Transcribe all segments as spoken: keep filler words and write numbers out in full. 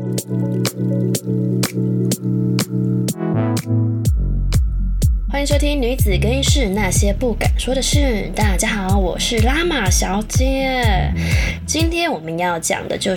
欢迎收听女子更衣室那些不敢说的事。大家好，我是拉玛小姐。今天我们要讲的就是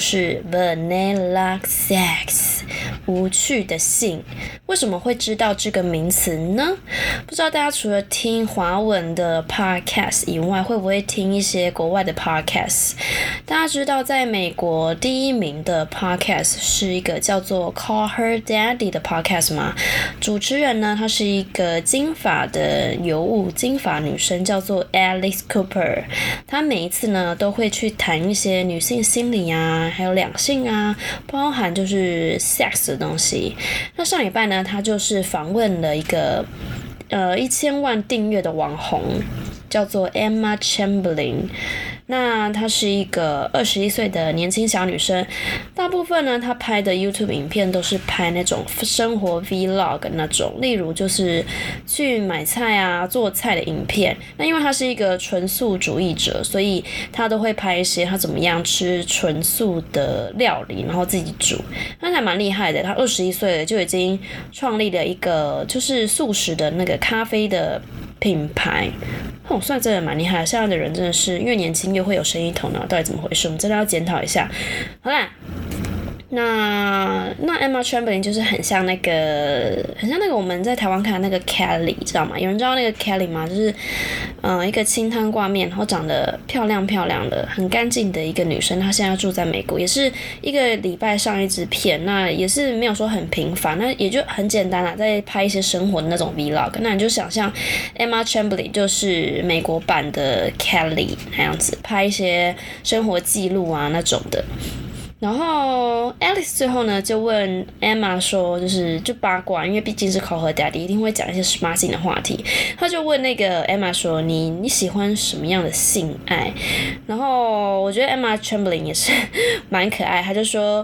Vanilla Sex， 无趣的性。为什么会知道这个名词呢？不知道大家除了听华文的 podcast 以外，会不会听一些国外的 podcast？ 大家知道在美国第一名的 podcast 是一个叫做 Call Her Daddy 的 podcast 吗？主持人呢，她是一个金发的尤物，金发女生，叫做 Alice Cooper。她每一次呢都会去谈一些女性心理啊，还有两性啊，包含就是 sex 的东西。那上礼拜呢，她就是访问了一个呃一千万订阅的网红，叫做 Emma Chamberlain。那她是一个二十一岁的年轻小女生，大部分呢她拍的 YouTube 影片都是拍那种生活 Vlog 那种，例如就是去买菜啊、做菜的影片。那因为她是一个纯素主义者，所以她都会拍一些她怎么样吃纯素的料理，然后自己煮。那还蛮厉害的，她二十一岁了就已经创立了一个就是素食的那个咖啡的品牌。哦，算真的蛮厉害的，现在的人真的是越年轻越会有生意头脑，到底怎么回事？我们真的要检讨一下。好啦，那那 Emma Chamberlain 就是很像那个很像那个我们在台湾看的那个 Kelly， 知道吗？有人知道那个 Kelly 吗？就是嗯、呃、一个清汤挂面，然后长得漂亮漂亮的、很干净的一个女生。她现在住在美国，也是一个礼拜上一支片，那也是没有说很频繁，那也就很简单啦，在拍一些生活的那种 Vlog。那你就想象 Emma Chamberlain 就是美国版的 Kelly 那样子，拍一些生活记录啊那种的。然后 Alice 最后呢就问 Emma 说，就是就八卦，因为毕竟是 Call Her Daddy， 一定会讲一些十八禁的话题。他就问那个 Emma 说，你你喜欢什么样的性爱？然后我觉得 Emma Chamberlain 也是蛮可爱，他就说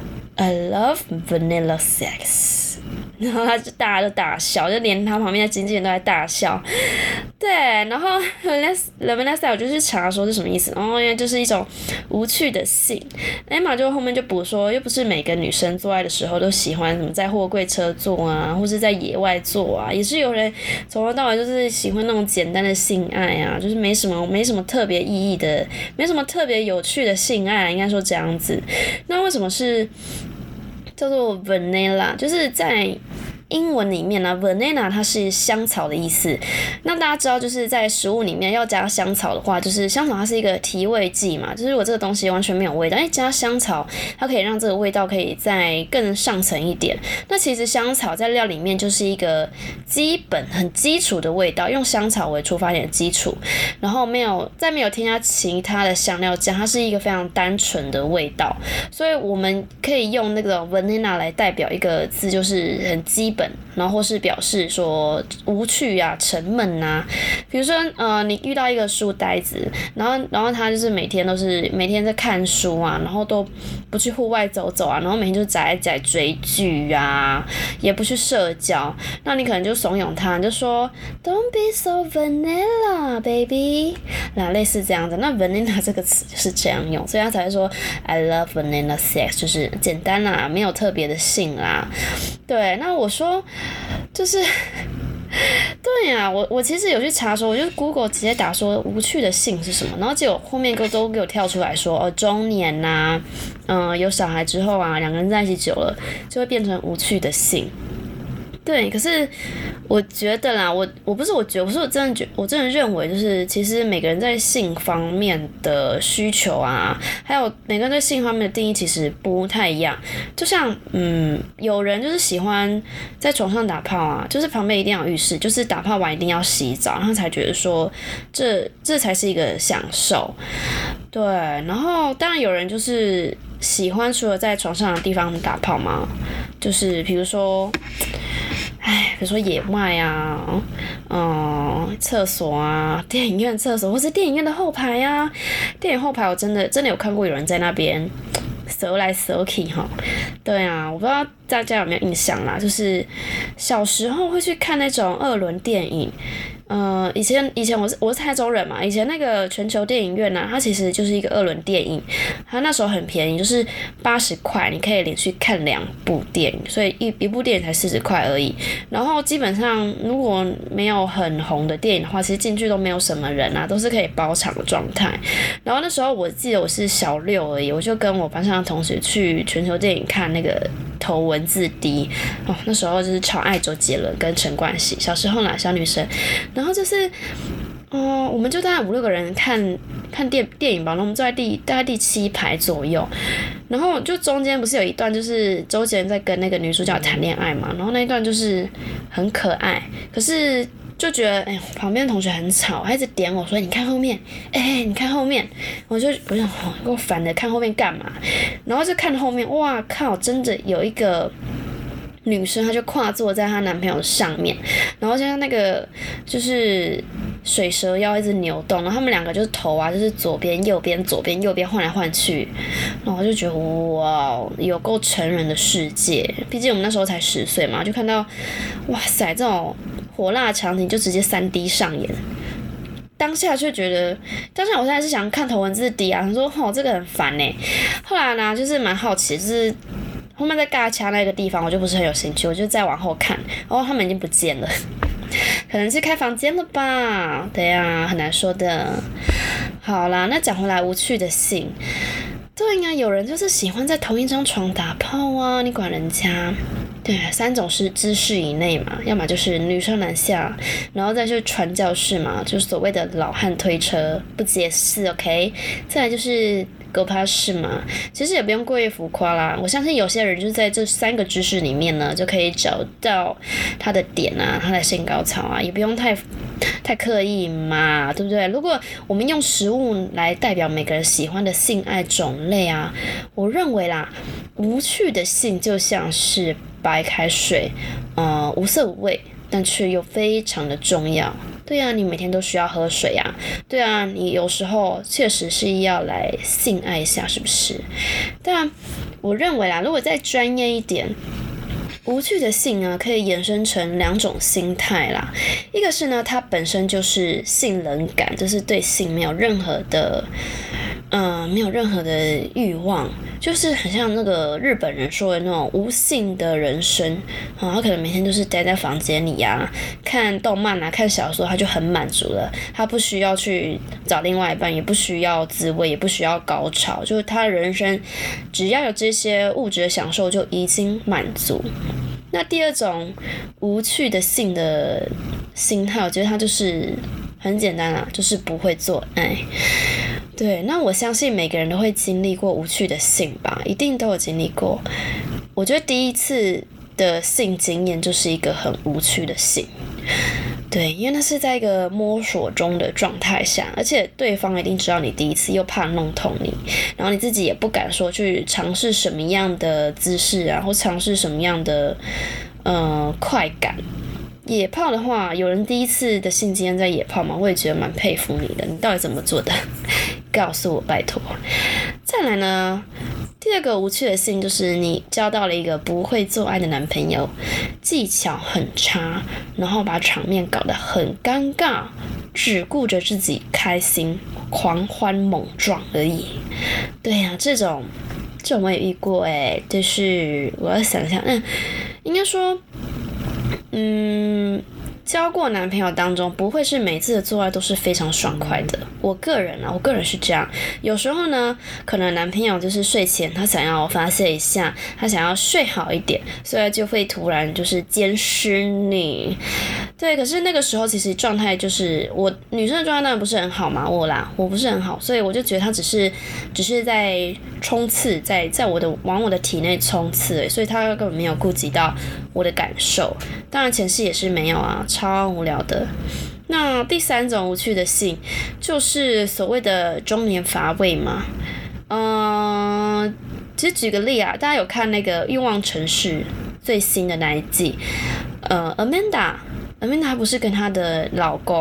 I love vanilla sex。然后他就大家都大笑，就连他旁边的经纪人都在大笑。对，然后 Vanilla Sex 我就去查说是什么意思，然后因为就是一种无趣的性。Emma 就后面就补说，又不是每个女生做爱的时候都喜欢什么在货柜车做啊，或是在野外做啊，也是有人从头到尾就是喜欢那种简单的性爱啊，就是没什么没什么特别意义的，没什么特别有趣的性爱，应该说这样子。那为什么是叫做 vanilla， 就是在英文里面呢 vanilla 它是香草的意思。那大家知道就是在食物里面要加香草的话，就是香草它是一个提味剂嘛，就是如果这个东西完全没有味道，哎，加香草它可以让这个味道可以再更上层一点。那其实香草在料里面就是一个基本很基础的味道，用香草为出发点的基础，然后没有再没有添加其他的香料酱，它是一个非常单纯的味道。所以我们可以用那个 vanilla 来代表一个字，就是很基本，然后或是表示说无趣啊、沉闷啊。比如说，呃，你遇到一个书呆子，然后然后他就是每天都是每天在看书啊，然后都不去户外走走啊，然后每天就宅在宅追剧啊，也不去社交。那你可能就怂恿他，你就说 Don't be so vanilla, baby， 那类似这样子。那 vanilla 这个词就是这样用，所以他才会说 I love vanilla sex， 就是简单啦，没有特别的性啦。对，那我说就是对呀、啊，我我其实有去查说，我就 Google 直接打说无趣的性是什么，然后结果后面都给我跳出来说，哦，中年呐、啊，嗯、呃，有小孩之后啊，两个人在一起久了，就会变成无趣的性。对，可是我觉得啦，我我不是我觉得，我是我真的觉，我真的认为，就是其实每个人在性方面的需求啊，还有每个人对性方面的定义其实不太一样。就像嗯，有人就是喜欢在床上打炮啊，就是旁边一定要有浴室，就是打炮完一定要洗澡，然后才觉得说这这才是一个享受。对，然后当然有人就是喜欢除了在床上的地方打炮嘛，就是比如说。哎，比如说野外啊，嗯，厕所啊，电影院厕所，或是电影院的后排啊，电影后排我真的真的有看过有人在那边折来折去哈。对啊，我不知道大家有没有印象啦，就是小时候会去看那种二轮电影。 呃，以前以前我是我是台中人嘛，以前那个全球电影院啊，它其实就是一个二轮电影，它那时候很便宜，就是八十块，你可以连续看两部电影，所以一一部电影才四十块而已。然后基本上如果没有很红的电影的话，其实进去都没有什么人啊，都是可以包场的状态。然后那时候我记得我是小六而已，我就跟我班上的同学去全球电影看那个《头文字 D》哦，那时候就是超爱周杰伦跟陈冠希，小时候啦，小女生。然后就是，哦、呃，我们就大概五六个人看看电电影吧，然后我们坐在第大概第七排左右，然后就中间不是有一段就是周杰伦在跟那个女主角谈恋爱嘛，然后那一段就是很可爱，可是就觉得哎、欸，旁边的同学很吵，他一直点我说你看后面，哎、欸，你看后面，我就我想哦，够烦的，看后面干嘛？然后就看后面，哇靠，真的有一个女生，她就跨坐在她男朋友上面，然后像那个就是水蛇腰一直扭动，然后他们两个就是头啊，就是左边右边左边右边换来换去，然后我就觉得哇，有够成人的世界。毕竟我们那时候才十岁嘛，就看到哇塞这种火辣场景就直接 三 D 上演。当下就觉得，当下我现在是想看头文字 D 啊，想说哦这个很烦欸。后来呢，就是蛮好奇，就是后面在尬掐那个地方，我就不是很有兴趣，我就再往后看，然后他们已经不见了，可能是开房间了吧？对呀、啊，很难说的。好啦，那讲回来，无趣的性，对呀、啊，有人就是喜欢在同一张床打炮啊，你管人家？对，三种是姿势以内嘛，要么就是女上男下，然后再就是传教士嘛，就是所谓的老汉推车不解释 ，OK， 再来就是狗趴式嘛，其实也不用过于浮夸啦，我相信有些人就是在这三个姿势里面呢，就可以找到他的点啊，他的性高潮啊，也不用太太刻意嘛，对不对？如果我们用食物来代表每个人喜欢的性爱种类啊，我认为啦，无趣的性就像是白开水，呃，无色无味，但却又非常的重要。对啊，你每天都需要喝水啊。对啊，你有时候确实是要来性爱一下，是不是？但我认为啦，如果再专业一点，无趣的性呢，可以衍生成两种心态啦。一个是呢，它本身就是性冷感，就是对性没有任何的。嗯，没有任何的欲望，就是很像那个日本人说的那种无性的人生啊，他可能每天就是待在房间里啊，看动漫啊，看小说，他就很满足了，他不需要去找另外一半，也不需要自慰，也不需要高潮，就是他的人生只要有这些物质的享受就已经满足。那第二种无趣的性的心态，我觉得它就是很简单啊，就是不会做爱。对，那我相信每个人都会经历过无趣的性吧，一定都有经历过。我觉得第一次的性经验就是一个很无趣的性，对，因为那是在一个摸索中的状态下，而且对方一定知道你第一次，又怕弄痛你，然后你自己也不敢说去尝试什么样的姿势啊，或尝试什么样的呃快感。野炮的话，有人第一次的性经验在野炮吗？我也觉得蛮佩服你的，你到底怎么做的？告诉我，拜托。再来呢，第二个无趣的性就是你交到了一个不会做爱的男朋友，技巧很差，然后把场面搞得很尴尬，只顾着自己开心，狂欢猛撞而已。对呀、啊，这种这种我也遇过诶，就是我要想想，嗯，应该说。嗯，交过男朋友当中，不会是每次的做爱都是非常爽快的。我个人啊，我个人是这样。有时候呢，可能男朋友就是睡前他想要发泄一下，他想要睡好一点，所以就会突然就是监视你。对，可是那个时候其实状态就是我女生的状态当然不是很好嘛，我啦，我不是很好，所以我就觉得他只是只是在冲刺，在在我的往我的体内冲刺，所以他根本没有顾及到我的感受。当然前戏也是没有啊，超无聊的。那第三种无趣的性，就是所谓的中年乏味嘛。嗯、呃，其实举个例啊，大家有看那个《欲望城市》最新的那一季，呃 ，Amanda。Amanda 不是跟她的老公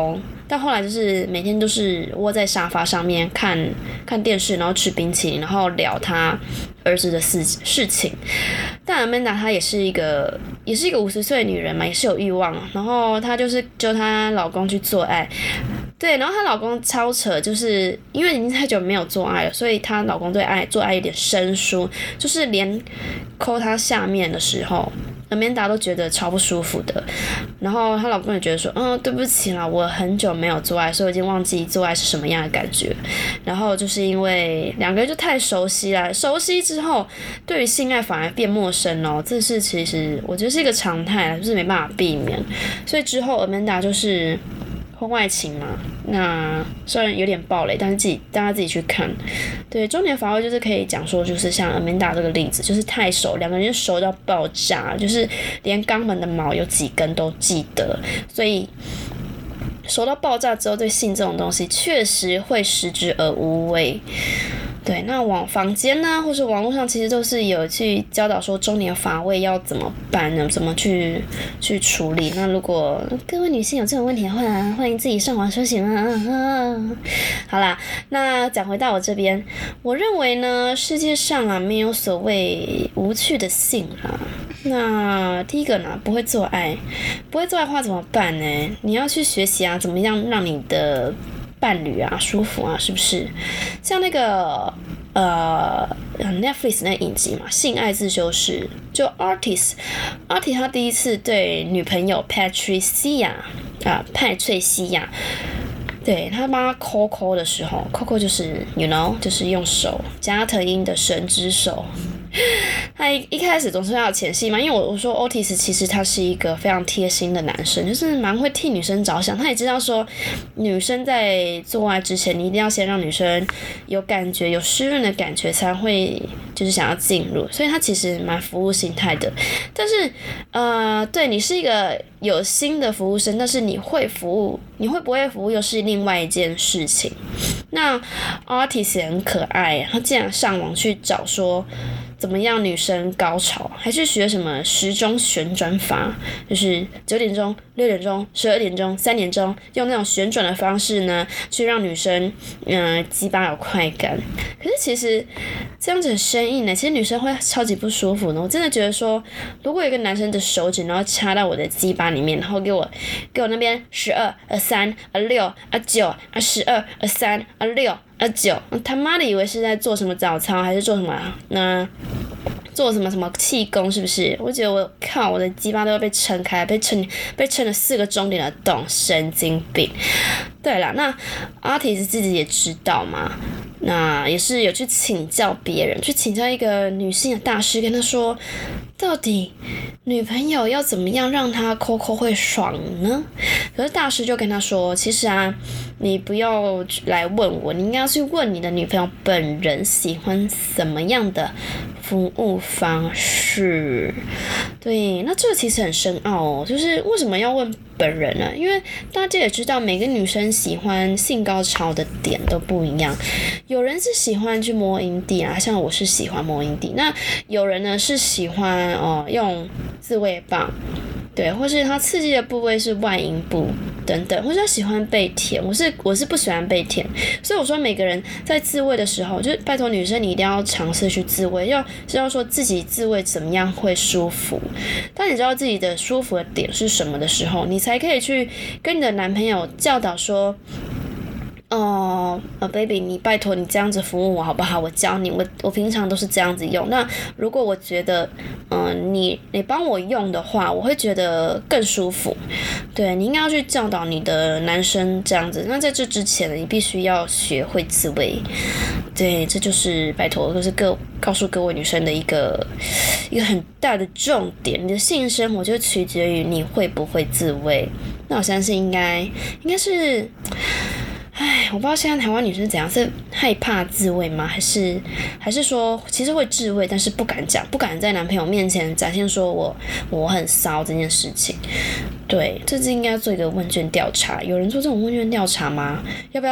但后来就是每天都是窝在沙发上面看看电视，然后吃冰淇淋，然后聊他儿子的事事情。但 Amanda 她也是一个也是一个五十岁的女人嘛，也是有欲望，然后她就是揪她老公去做爱。对，然后她老公超扯，就是因为已经太久没有做爱了，所以她老公对爱做爱有点生疏，就是连抠她下面的时候，Amanda 都觉得超不舒服的。然后她老公也觉得说，嗯，对不起啦，我很久没有做爱，所以我已经忘记做爱是什么样的感觉。然后就是因为两个人就太熟悉了，熟悉之后，对于性爱反而变陌生哦。这是其实我觉得是一个常态，就是没办法避免。所以之后 Amanda 就是婚外情嘛，那虽然有点暴雷，但是自己大家自己去看。对，中年法会就是可以讲说，就是像 Amanda 这个例子，就是太熟，两个人熟到爆炸，就是连肛门的毛有几根都记得，所以熟到爆炸之后，对性这种东西确实会食之而无味。对，那网坊间呢，或是网络上其实都是有去教导说中年乏味要怎么办呢？怎么去去处理？那如果各位女性有这种问题的话，欢迎自己上网搜寻啊。好啦，那讲回到我这边，我认为呢，世界上啊没有所谓无趣的性啦。那第一个呢，不会做爱，不会做爱的话怎么办呢？你要去学习啊，怎么样让你的伴侣啊舒服啊，是不是？像那个呃 Netflix 那个影集嘛，性爱自修室，就 Artist Artist 他第一次对女朋友 Patricia 啊派翠西亚，对他帮他抠抠的时候，抠抠就是 you know 就是用手，加藤鹰的神之手。他一一开始总是要前戏嘛，因为我我说 Otis 其实他是一个非常贴心的男生，就是蛮会替女生着想。他也知道说，女生在做爱之前，你一定要先让女生有感觉、有湿润的感觉，才会就是想要进入。所以他其实蛮服务心态的。但是呃，对你是一个有心的服务生，但是你会服务，你会不会服务又是另外一件事情。那 Artist 也很可爱，他竟然上网去找说怎么样女生高潮，还去学什么时钟旋转法，就是九点钟、六点钟、十二点钟、三点钟，用那种旋转的方式呢，去让女生嗯鸡巴有快感。可是其实这样子很生硬呢，其实女生会超级不舒服的。我真的觉得说，如果有一个男生的手指然后插到我的鸡巴里面，然后给我给我那边十二啊三啊六啊九啊十二啊三啊六啊九，他妈的以为是在做什么早操还是做什么啊？那做什么什么气功是不是？我觉得我靠，我的鸡巴都要被撑开，被撑被撑了四个钟点的洞，神经病。对啦，那 Artist 自己也知道嘛，那也是有去请教别人，去请教一个女性的大师，跟他说，到底女朋友要怎么样让她抠抠会爽呢？可是大师就跟他说，其实啊，你不要来问我，你应该要去问你的女朋友本人喜欢怎么样的服务方式。对，那这个其实很深奥哦，就是为什么要问本人呢？因为大家也知道，每个女生喜欢性高潮的点都不一样。有人是喜欢去摸阴蒂啊，像我是喜欢摸阴蒂。那有人呢是喜欢哦用自慰棒，对，或是他刺激的部位是外阴部等等，或是他喜欢被舔，我是我是不喜欢被舔。所以我说每个人在自慰的时候，就是拜托女生你一定要尝试去自慰，要知道说自己自慰怎么样会舒服。当你知道自己的舒服的点是什么的时候，你才可以去跟你的男朋友教导说，哦、呃 baby 你拜托你这样子服务我好不好，我教你，我我平常都是这样子用，那如果我觉得嗯、呃、你你帮我用的话，我会觉得更舒服。对，你应该要去教导你的男生这样子。那在这之前呢，你必须要学会自慰。对，这就是拜托就是各告诉各位女生的一个一个很大的重点，你的性生活就取决于你会不会自慰。那我相信应该应该是唉，我不知道现在台湾女生怎样，是害怕自慰吗？还是还是说其实会自慰，但是不敢讲，不敢在男朋友面前展现说我我很骚这件事情。对，这次应该做一个问卷调查，有人做这种问卷调查吗？要不要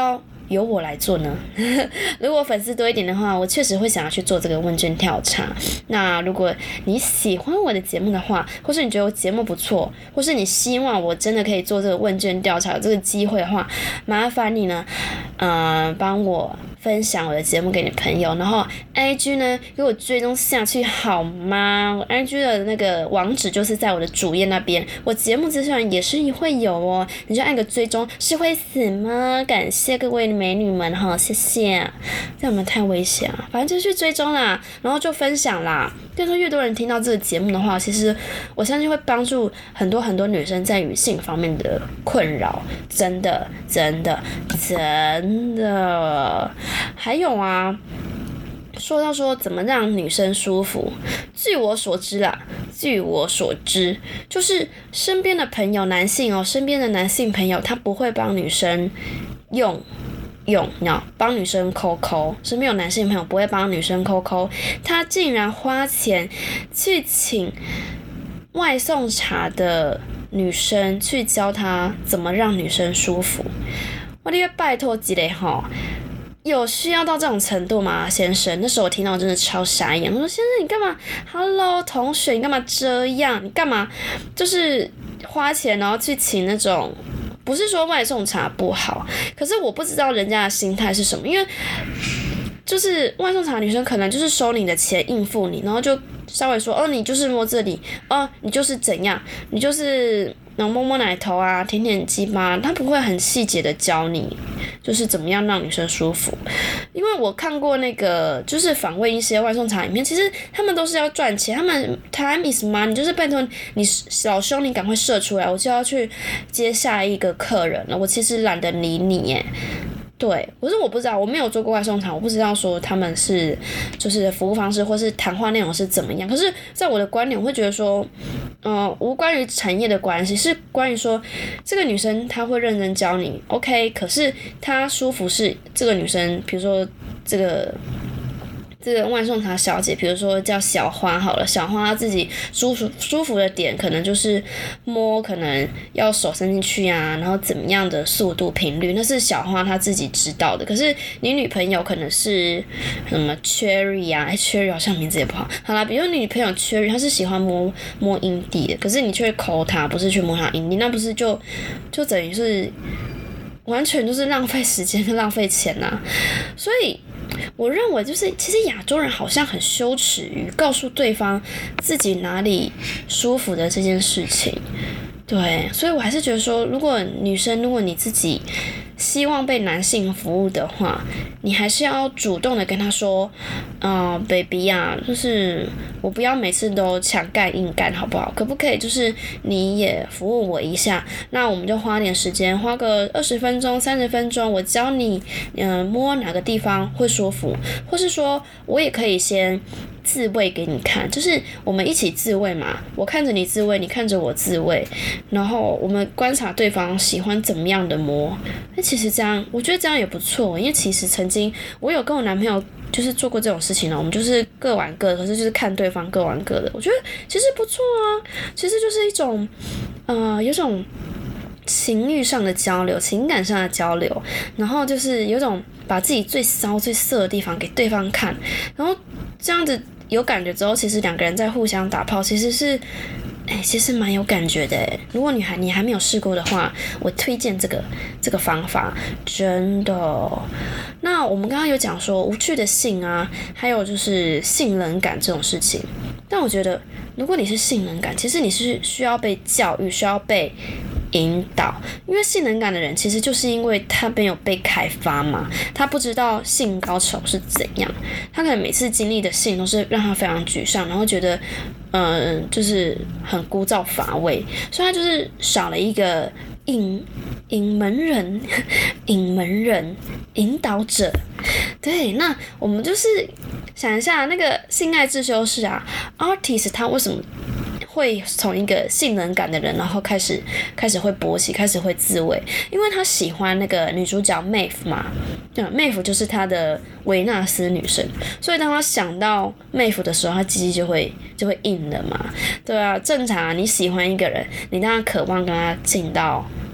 由我来做呢？如果粉丝多一点的话，我确实会想要去做这个问卷调查。那如果你喜欢我的节目的话，或是你觉得我节目不错，或是你希望我真的可以做这个问卷调查有这个机会的话，麻烦你呢，呃，帮我分享我的节目给你朋友，然后 I G 呢给我追踪下去好吗？我 I G 的那个网址就是在我的主页那边，我节目资讯也是会有哦，你就按个追踪，是会死吗？感谢各位美女们哈，谢谢。这样有没有太危险啊？反正就去追踪啦，然后就分享啦。但是越多人听到这个节目的话，其实我相信会帮助很多很多女生在于性方面的困扰，真的真的真的。还有啊，说到说怎么让女生舒服，据我所知啦，据我所知，就是身边的朋友，男性哦，身边的男性朋友，他不会帮女生用。用，你知道，帮女生抠抠，身边有男性朋友不会帮女生抠抠，他竟然花钱去请外送茶的女生去教他怎么让女生舒服。我你要拜托一下齁，有需要到这种程度吗，先生？那时候我听到我真的超傻眼，我说先生你干嘛 ？Hello， 同学你干嘛这样？你干嘛就是花钱然后去请那种？不是说外送茶不好，可是我不知道人家的心态是什么，因为就是外送茶女生可能就是收你的钱应付你，然后就稍微说哦你就是摸这里，哦你就是怎样，你就是然后摸摸奶头啊，舔舔鸡巴，他不会很细节的教你就是怎么样让女生舒服。因为我看过那个就是访问一些外送茶影片，其实他们都是要赚钱，他们 time is money， 就是拜托你老兄你赶快射出来，我就要去接下一个客人了，我其实懒得理你耶。对，可是我不知道，我没有做过外送茶，我不知道说他们是就是服务方式或是谈话内容是怎么样。可是在我的观点，我会觉得说，呃，无关于产业的关系，是关于说这个女生她会认真教你 ，OK， 可是她舒服是这个女生，比如说这个。这个外送茶小姐，比如说叫小花好了，小花她自己舒服舒服的点，可能就是摸，可能要手伸进去啊，然后怎么样的速度频率，那是小花她自己知道的。可是你女朋友可能是什么 Cherry 啊，哎 Cherry 好像名字也不好。好啦，比如你女朋友 Cherry， 她是喜欢摸摸阴蒂的，可是你却抠她，不是去摸她阴蒂，那不是就就等于是完全就是浪费时间跟浪费钱啊，所以。我认为就是，其实亚洲人好像很羞耻于告诉对方自己哪里舒服的这件事情，对，所以我还是觉得说，如果女生，如果你自己希望被男性服务的话，你还是要主动的跟他说，呃 ，baby 啊，就是我不要每次都强干硬干，好不好？可不可以就是你也服务我一下？那我们就花点时间，花个二十分钟、三十分钟，我教你，嗯、呃，摸哪个地方会舒服，或是说我也可以先。自慰给你看，就是我们一起自慰嘛，我看着你自慰，你看着我自慰，然后我们观察对方喜欢怎么样的摸。那其实这样，我觉得这样也不错，因为其实曾经我有跟我男朋友就是做过这种事情呢，我们就是各玩各的，可是就是看对方各玩各的，我觉得其实不错啊，其实就是一种，呃，有种情欲上的交流，情感上的交流，然后就是有种把自己最骚最色的地方给对方看，然后这样子。有感觉之后，其实两个人在互相打炮，其实是，哎、欸，其实蛮有感觉的哎。如果你还你还没有试过的话，我推荐这个这个方法，真的。那我们刚刚有讲说无趣的性啊，还有就是性冷感这种事情，但我觉得，如果你是性冷感，其实你是需要被教育，需要被。引导，因为性能感的人其实就是因为他没有被开发嘛，他不知道性高潮是怎样，他可能每次经历的性都是让他非常沮丧，然后觉得，嗯、呃，就是很枯燥乏味，所以他就是少了一个引引门人、引门人、引导者。对，那我们就是想一下那个性爱自修室啊 ，artist 他为什么？会从一个性能感的人，然后开始开始会勃起，开始会自慰，因为他喜欢那个女主角 Maeve 嘛，对 ，Maeve 就是他的维纳斯女神，所以当他想到 Maeve 的时候，他鸡鸡就会就会硬了嘛，对啊，正常啊，你喜欢一个人，你当然渴望跟他进到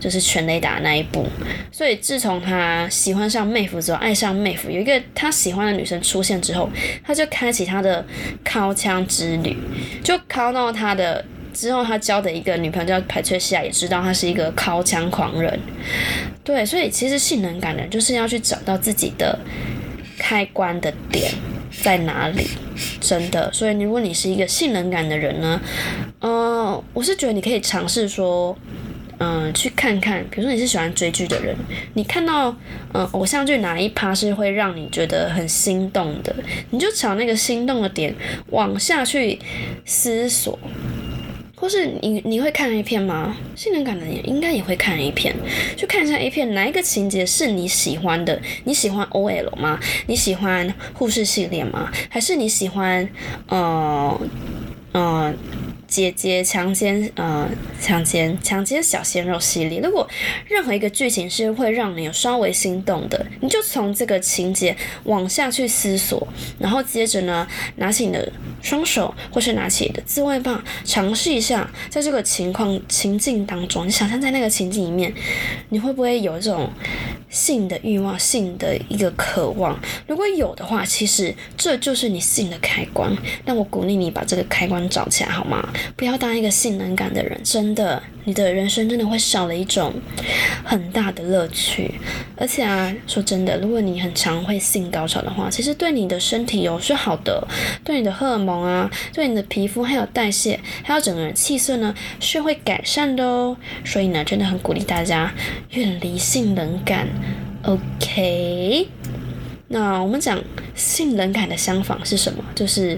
就是全雷达那一部。所以自从他喜欢上妹夫之后，爱上妹夫，有一个他喜欢的女生出现之后，他就开启他的靠枪之旅，就靠到他的之后，他交的一个女朋友叫派翠西亚，也知道他是一个靠枪狂人。对，所以其实性能感的人就是要去找到自己的开关的点在哪里，真的。所以如果你是一个性能感的人呢，呃，我是觉得你可以尝试说，嗯、呃，去看看，比如说你是喜欢追剧的人，你看到嗯、呃、偶像剧哪一趴是会让你觉得很心动的，你就朝那个心动的点往下去思索。或是你你会看 A 片吗？性能感的人应该也会看 A 片，去看一下 A 片哪一个情节是你喜欢的？你喜欢 O L 吗？你喜欢护士系列吗？还是你喜欢呃呃姐姐强奸呃强奸强奸小鲜肉系列？如果任何一个剧情是会让你有稍微心动的，你就从这个情节往下去思索，然后接着呢，拿起你的双手或是拿起你的自慰棒，尝试一下，在这个情况情境当中，你想象在那个情境里面，你会不会有这种性的欲望、性的一个渴望？如果有的话，其实这就是你性的开关。那我鼓励你把这个开关找起来，好吗？不要当一个性能感的人，真的，你的人生真的会少了一种很大的乐趣。而且啊，说真的，如果你很常会性高潮的话，其实对你的身体有是好的，对你的荷尔蒙啊，对你的皮肤还有代谢，还有整个人气色呢，是会改善的哦。所以呢，真的很鼓励大家远离性冷感。OK， 那我们讲性冷感的相反是什么？就是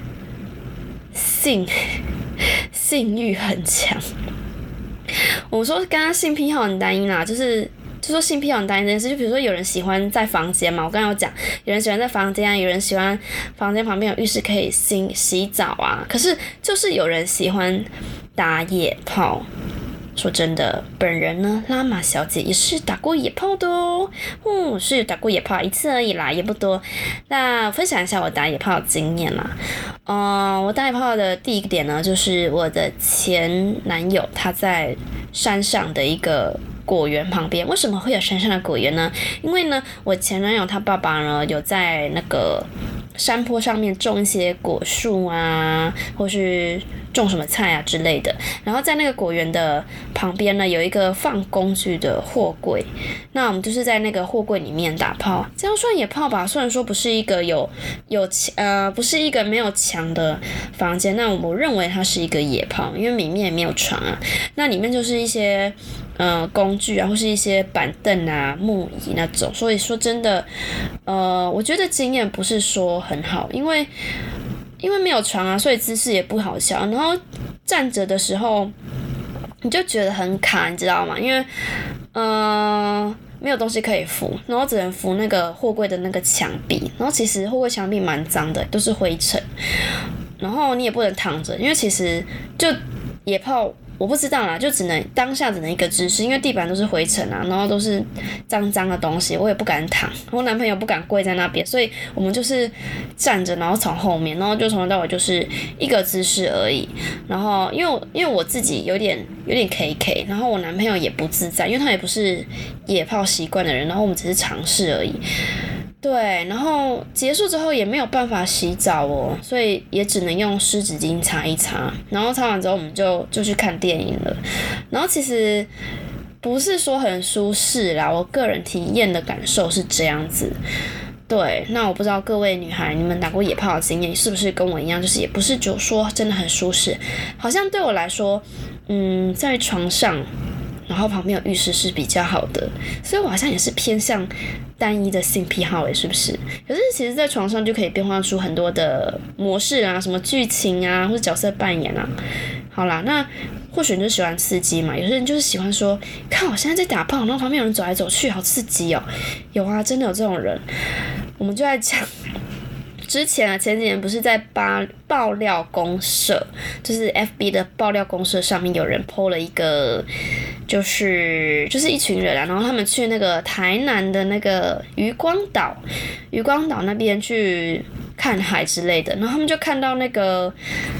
性性欲很强。我说刚刚性癖好很单一啦，就是就说性癖好很单一这件事，就比如说有人喜欢在房间嘛，我刚刚有讲，有人喜欢在房间啊，有人喜欢房间旁边有浴室可以洗洗澡啊，可是就是有人喜欢打野炮。说真的，本人呢，拉玛小姐也是打过野炮的哦，嗯，是有打过野炮一次而已啦，也不多。那分享一下我打野炮的经验啦。嗯、呃，我打野炮的第一个点呢，就是我的前男友他在山上的一个果园旁边。为什么会有山上的果园呢？因为呢，我前男友他爸爸呢有在那个山坡上面种一些果树啊，或是种什么菜啊之类的。然后在那个果园的旁边呢，有一个放工具的货柜。那我们就是在那个货柜里面打炮，这样算野炮吧？虽然说不是一个有有呃不是一个没有墙的房间，那我认为它是一个野炮，因为里面也没有床啊。那里面就是一些呃工具啊，或是一些板凳啊、木椅那种。所以说真的，呃，我觉得经验不是说很好，因为因为没有床啊，所以姿势也不好笑。然后站着的时候，你就觉得很卡，你知道吗？因为呃没有东西可以扶，然后只能扶那个货柜的那个墙壁。然后其实货柜墙壁蛮脏的，都是灰尘。然后你也不能躺着，因为其实就野炮。我不知道啦，就只能当下只能一个姿势，因为地板都是灰尘啊，然后都是脏脏的东西，我也不敢躺，我男朋友不敢跪在那边，所以我们就是站着，然后从后面，然后就从头到尾就是一个姿势而已。然后因为因为我自己有点有点 K K， 然后我男朋友也不自在，因为他也不是野炮习惯的人，然后我们只是尝试而已。对，然后结束之后也没有办法洗澡哦，所以也只能用湿纸巾擦一擦，然后擦完之后我们就就去看电影了。然后其实不是说很舒适啦，我个人体验的感受是这样子。对，那我不知道各位女孩，你们打过野炮的经验是不是跟我一样，就是也不是就说真的很舒适，好像对我来说，嗯，在床上。然后旁边有浴室是比较好的，所以我好像也是偏向单一的性癖好诶，是不是？可是其实在床上就可以变化出很多的模式啊，什么剧情啊，或者角色扮演啊。好啦，那或许你就喜欢刺激嘛，有些人就是喜欢说，看我现在在打炮，然后旁边有人走来走去，好刺激哦。有啊，真的有这种人。我们就在讲。之前啊，前几年不是在爆爆料公社，就是 F B 的爆料公社上面有人 po 了一个，就是就是一群人啊，然后他们去那个台南的那个渔光岛，渔光岛那边去看海之类的，然后他们就看到那个。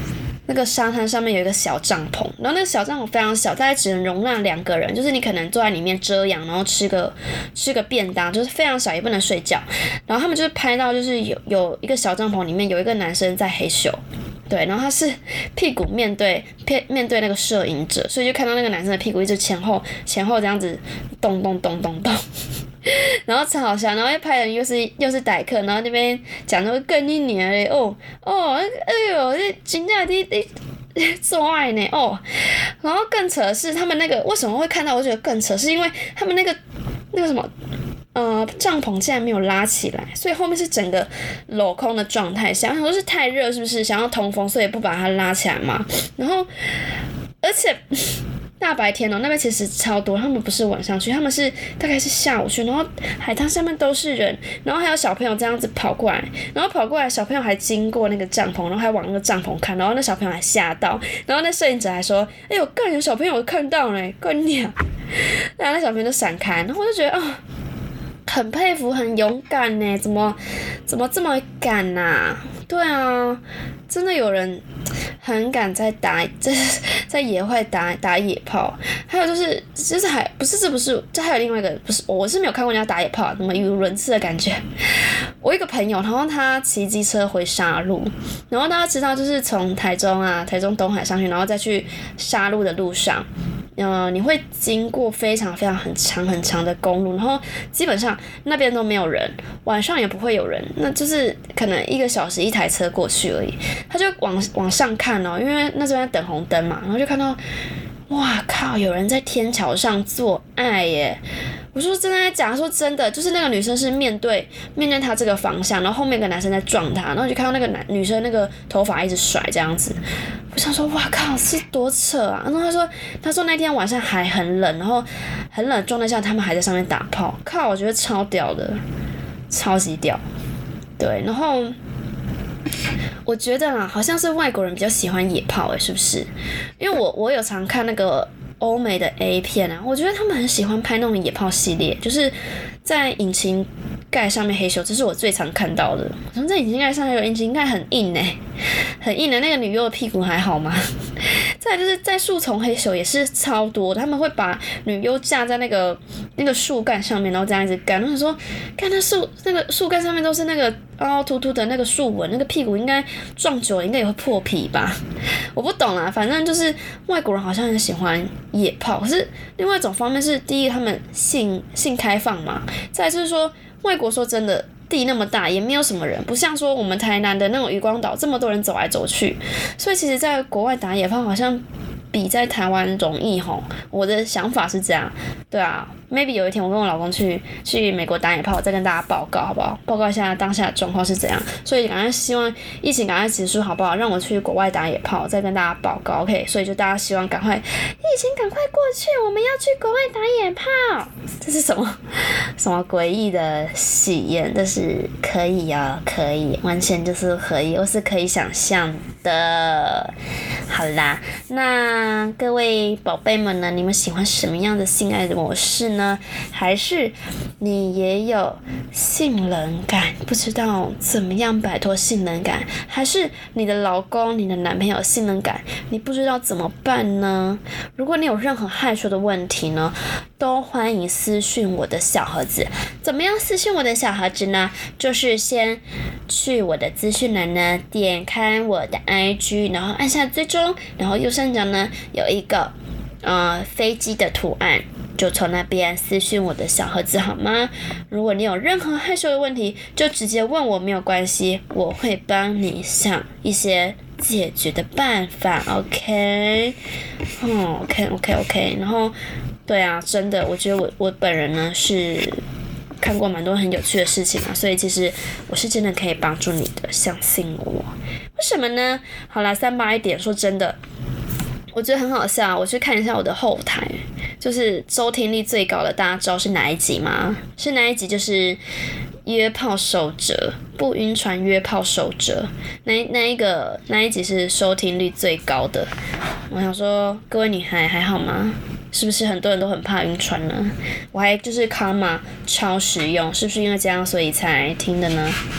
那个沙滩上面有一个小帐篷，然后那个小帐篷非常小，大概只能容纳两个人，就是你可能坐在里面遮阳，然后吃个吃个便当，就是非常小，也不能睡觉。然后他们就是拍到，就是有有一个小帐篷里面有一个男生在嘿咻。对，然后他是屁股面对面面对那个摄影者，所以就看到那个男生的屁股一直前后前后这样子动动动动动，然后超好笑，然后拍的人又是又是歹客，然后那边讲说更一年嘞，哦哦，哎呦，这真的你你做爱呢哦，然后更扯的是他们那个为什么会看到，我觉得更扯，是因为他们那个那个什么。呃，帐篷竟然没有拉起来，所以后面是整个镂空的状态。想想说是太热，是不是想要通风，所以不把它拉起来嘛？然后，而且大白天哦，那边其实超多，他们不是晚上去，他们是大概是下午去，然后海滩上面都是人，然后还有小朋友这样子跑过来，然后跑过来小朋友还经过那个帐篷，然后还往那个帐篷看，然后那小朋友还吓到，然后那摄影者还说：“哎呦，干有小朋友看到嘞，干你啊！”然后那小朋友就闪开，然后我就觉得啊。哦很佩服，很勇敢呢，怎么怎么这么敢啊？对啊，真的有人很敢在打在在野外打打野炮，还有就是就是还不是这不是这还有另外一个不是我是没有看过人家打野炮，什么语无伦次的感觉。我一个朋友，然后他骑机车回沙鹿，然后大家知道就是从台中啊台中东海上去，然后再去沙鹿的路上。呃，你会经过非常非常很长很长的公路，然后基本上那边都没有人，晚上也不会有人，那就是可能一个小时一台车过去而已。他就往往上看哦，因为那边等红灯嘛，然后就看到，哇靠，有人在天桥上做爱耶！我说真的在讲，说真的，就是那个女生是面对面对他这个方向，然后后面有个男生在撞她，然后就看到那个男女生那个头发一直甩这样子。我想说，哇靠，是多扯啊！然后他说，他说那天晚上还很冷，然后很冷的状态下，他们还在上面打炮，靠，我觉得超屌的，超级屌。对，然后我觉得啦，好像是外国人比较喜欢野炮，诶，是不是？因为我我有常看那个欧美的 A 片啊，我觉得他们很喜欢拍那种野炮系列，就是在引擎盖上面嘿咻，这是我最常看到的。然后在引擎盖上还有引擎盖很硬诶，很硬的那个女优的屁股还好吗？再来就是在树丛嘿咻也是超多的，他们会把女优架在那个那个树干上面，然后这样一直干。然后说，看那树那个树干上面都是那个凹凹凸凸的那个树纹，那个屁股应该撞久了应该也会破皮吧？我不懂啦，反正就是外国人好像很喜欢野炮，可是另外一种方面是，第一他们性性开放嘛，再来就是说外国说真的。地那么大也没有什么人，不像说我们台南的那种渔光岛这么多人走来走去，所以其实在国外打野炮好像比在台湾容易吼。我的想法是这样，对啊 ，maybe 有一天我跟我老公去去美国打野炮，我再跟大家报告好不好？报告一下当下的状况是怎样。所以赶快希望疫情赶快结束好不好？让我去国外打野炮，再跟大家报告 ，OK？ 所以就大家希望赶快疫情赶快过去，我们要去国外打野炮。这是什么什么诡异的喜宴？这是可以啊，可以，完全就是可以，我是可以想象的。好啦，那各位宝贝们呢？你们喜欢什么样的性爱的模式呢？还是你也有性冷感，不知道怎么样摆脱性冷感？还是你的老公、你的男朋友有性冷感，你不知道怎么办呢？如果你有任何害羞的问题呢，都欢迎私讯我的小盒子。怎么样私讯我的小盒子呢？就是先去我的资讯栏呢，点开我的 I G， 然后按下追踪，然后右上角呢有一个呃飞机的图案，就从那边私讯我的小盒子好吗？如果你有任何害羞的问题，就直接问我，没有关系，我会帮你想一些解决的办法 ，OK？ 哦 ，OK OK OK， 然后对啊，真的，我觉得我我本人呢是看过蛮多很有趣的事情啊，所以其实我是真的可以帮助你的，相信我。为什么呢？好啦，三八一点，说真的。我觉得很好笑，我去看一下我的后台，就是收听率最高的，大家知道是哪一集吗？是哪一集？就是约炮守则，不晕船约炮守则，那那一个那一集是收听率最高的。我想说，各位女孩还好吗？是不是很多人都很怕晕船呢？我还就是 karma 超实用，是不是因为这样所以才听的呢？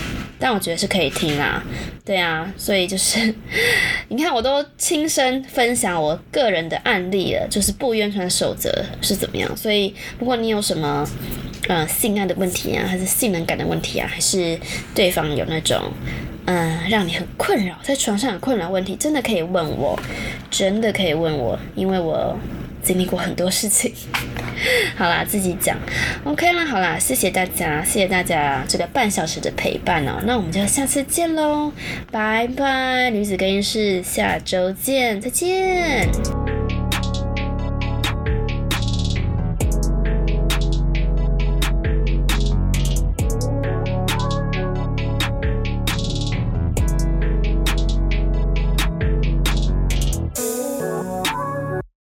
但我觉得是可以听啊，对啊，所以就是你看我都亲身分享我个人的案例了，就是不晕船守则是怎么样。所以如果你有什么呃性爱的问题啊，还是性能感的问题啊，还是对方有那种嗯让你很困扰，在床上很困扰问题，真的可以问我，真的可以问我，因为我经历过很多事情。好啦，自己讲 OK 啦，好啦，谢谢大家，谢谢大家这个半小时的陪伴哦，那我们就下次见咯，拜拜，女子更衣室下周见，再见。